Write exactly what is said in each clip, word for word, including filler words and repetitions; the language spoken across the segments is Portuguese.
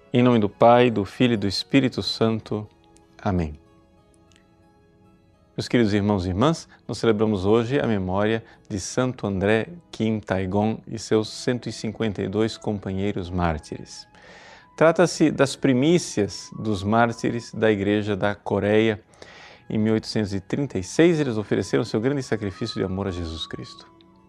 Em nome do Pai, do Filho e do Espírito Santo. Amém. Meus queridos irmãos e irmãs, nós celebramos hoje a memória de Santo André Kim Taegon e seus cento e cinquenta e dois companheiros mártires. Trata-se das primícias dos mártires da Igreja da Coreia. Em mil oitocentos e trinta e seis, eles ofereceram seu grande sacrifício de amor a Jesus Cristo.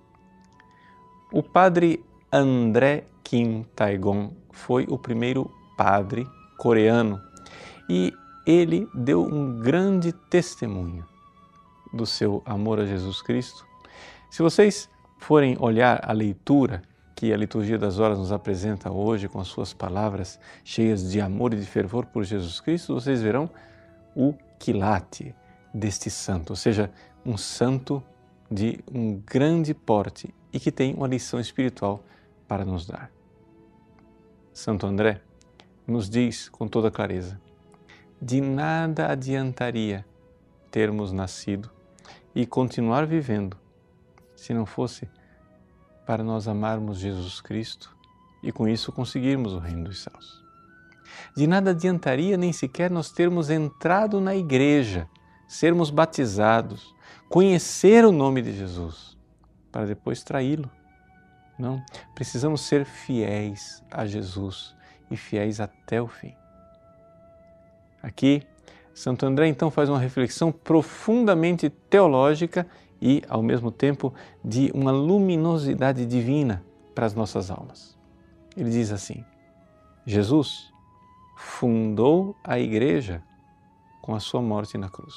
O padre André Kim Taegon foi o primeiro padre coreano e ele deu um grande testemunho do seu amor a Jesus Cristo. Se vocês forem olhar a leitura que a Liturgia das Horas nos apresenta hoje com as suas palavras cheias de amor e de fervor por Jesus Cristo, vocês verão o quilate deste santo, ou seja, um santo de um grande porte e que tem uma lição espiritual para nos dar. Santo André nos diz com toda clareza: de nada adiantaria termos nascido e continuar vivendo se não fosse para nós amarmos Jesus Cristo e com isso conseguirmos o reino dos céus. De nada adiantaria nem sequer nós termos entrado na igreja, sermos batizados, conhecer o nome de Jesus, para depois traí-lo. Não, precisamos ser fiéis a Jesus e fiéis até o fim. Aqui, Santo André então faz uma reflexão profundamente teológica e, ao mesmo tempo, de uma luminosidade divina para as nossas almas. Ele diz assim: Jesus fundou a igreja com a sua morte na cruz.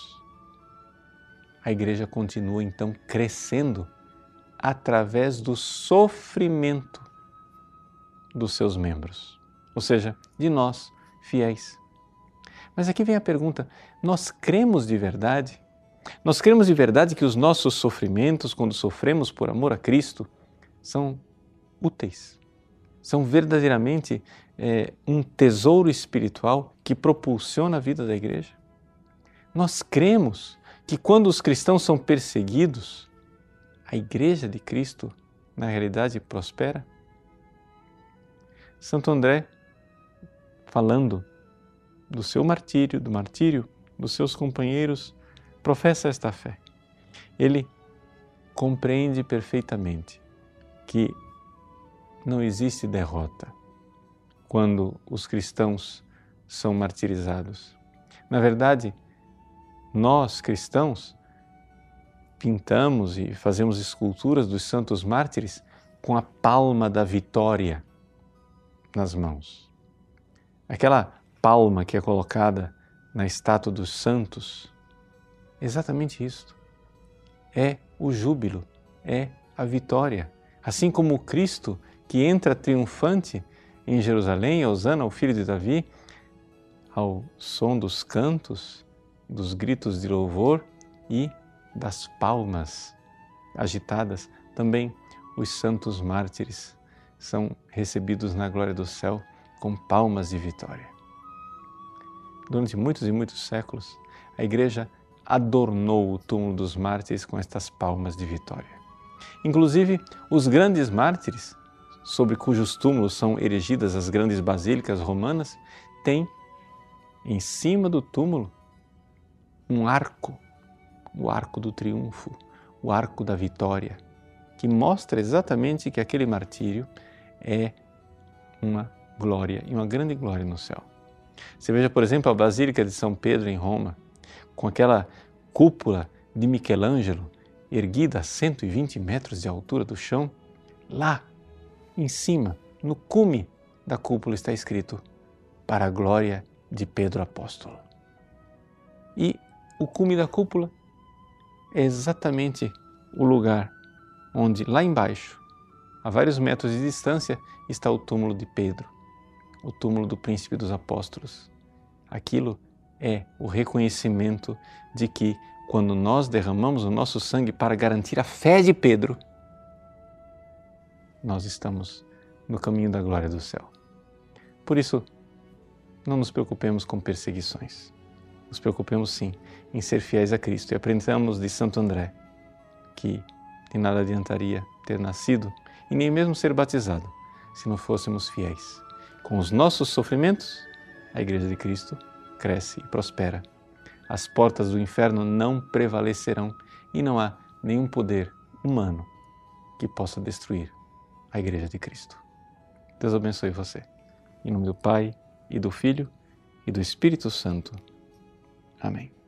A igreja continua então crescendo através do sofrimento dos seus membros, ou seja, de nós, fiéis. Mas aqui vem a pergunta: nós cremos de verdade? Nós cremos de verdade que os nossos sofrimentos, quando sofremos por amor a Cristo, são úteis? São verdadeiramente é, um tesouro espiritual que propulsiona a vida da igreja? Nós cremos que quando os cristãos são perseguidos, a igreja de Cristo, na realidade, prospera? Santo André, falando do seu martírio, do martírio dos seus companheiros, professa esta fé. Ele compreende perfeitamente que não existe derrota quando os cristãos são martirizados. Na verdade, nós cristãos pintamos e fazemos esculturas dos santos mártires com a palma da vitória nas mãos. Aquela palma que é colocada na estátua dos santos, exatamente isso. É o júbilo, é a vitória. Assim como o Cristo que entra triunfante em Jerusalém, Hosana, o filho de Davi, ao som dos cantos, dos gritos de louvor e das palmas agitadas, também os santos mártires são recebidos na glória do céu com palmas de vitória. Durante muitos e muitos séculos, a Igreja adornou o túmulo dos mártires com estas palmas de vitória. Inclusive, os grandes mártires, sobre cujos túmulos são erigidas as grandes basílicas romanas, têm em cima do túmulo um arco, o arco do triunfo, o arco da vitória, que mostra exatamente que aquele martírio é uma glória, e uma grande glória no céu. Você veja, por exemplo, a Basílica de São Pedro em Roma, com aquela cúpula de Michelangelo, erguida a cento e vinte metros de altura do chão. Lá, em cima, no cume da cúpula está escrito: para a glória de Pedro Apóstolo. E o cume da cúpula é exatamente o lugar onde, lá embaixo, a vários metros de distância, está o túmulo de Pedro, o túmulo do príncipe dos apóstolos. Aquilo é o reconhecimento de que, quando nós derramamos o nosso sangue para garantir a fé de Pedro, nós estamos no caminho da glória do céu. Por isso, não nos preocupemos com perseguições. Nos preocupemos sim em ser fiéis a Cristo e aprendamos de Santo André que de nada adiantaria ter nascido e nem mesmo ser batizado se não fôssemos fiéis. Com os nossos sofrimentos, a Igreja de Cristo cresce e prospera. As portas do inferno não prevalecerão e não há nenhum poder humano que possa destruir a Igreja de Cristo. Deus abençoe você. Em nome do Pai, e do Filho, e do Espírito Santo. Amém.